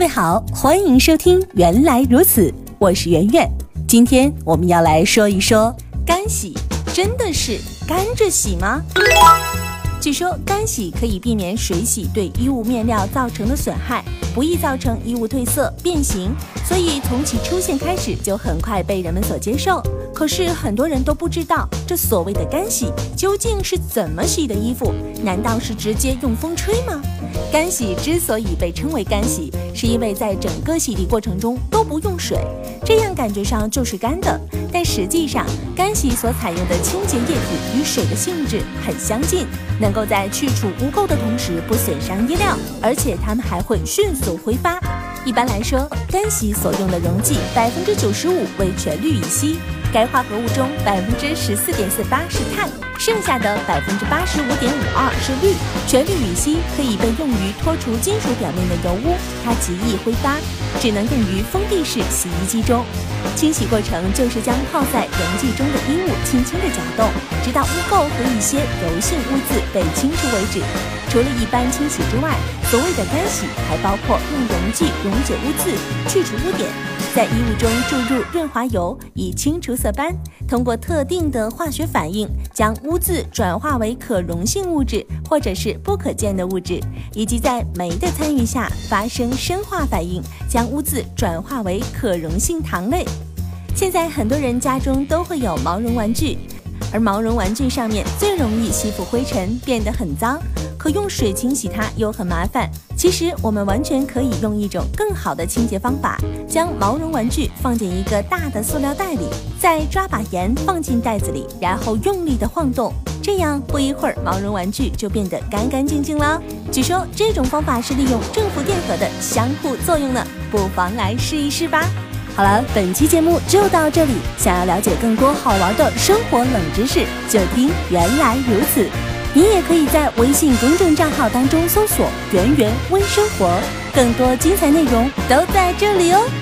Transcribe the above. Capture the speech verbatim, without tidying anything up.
位好，欢迎收听原来如此，我是圆圆。今天我们要来说一说干洗，真的是干着洗吗？据说干洗可以避免水洗对衣物面料造成的损害，不易造成衣物褪色变形，所以从其出现开始就很快被人们所接受。可是很多人都不知道，这所谓的干洗究竟是怎么洗的衣服？难道是直接用风吹吗？干洗之所以被称为干洗，是因为在整个洗涤过程中都不用水，这样感觉上就是干的。但实际上，干洗所采用的清洁液体与水的性质很相近，能够在去除污垢的同时不损伤衣料，而且它们还会迅速挥发。一般来说，干洗所用的溶剂百分之九十五为全氯乙烯，该化合物中百分之十四点四八是碳，剩下的百分之八十五点五二是氯。全氯乙烯可以被用于脱除金属表面的油污，它极易挥发，只能用于封闭式洗衣机中。清洗过程就是将泡在溶剂中的衣物轻轻地搅动，直到污垢和一些油性污渍被清除为止。除了一般清洗之外，所谓的干洗还包括用溶剂溶解污渍，去除污点，在衣物中注入润滑油以清除色斑，通过特定的化学反应将污渍转化为可溶性物质或者是不可见的物质，以及在酶的参与下发生砷化反应，将污渍转化为可溶性糖类。现在很多人家中都会有毛绒玩具，而毛绒玩具上面最容易吸附灰尘，变得很脏，可用水清洗它又很麻烦。其实我们完全可以用一种更好的清洁方法，将毛绒玩具放进一个大的塑料袋里，再抓把盐放进袋子里，然后用力的晃动，这样不一会儿毛绒玩具就变得干干净净了。据说这种方法是利用正负电荷的相互作用呢，不妨来试一试吧。好了，本期节目就到这里，想要了解更多好玩的生活冷知识，就听原来如此。你也可以在微信公众账号当中搜索圆圆微生活，更多精彩内容都在这里哦。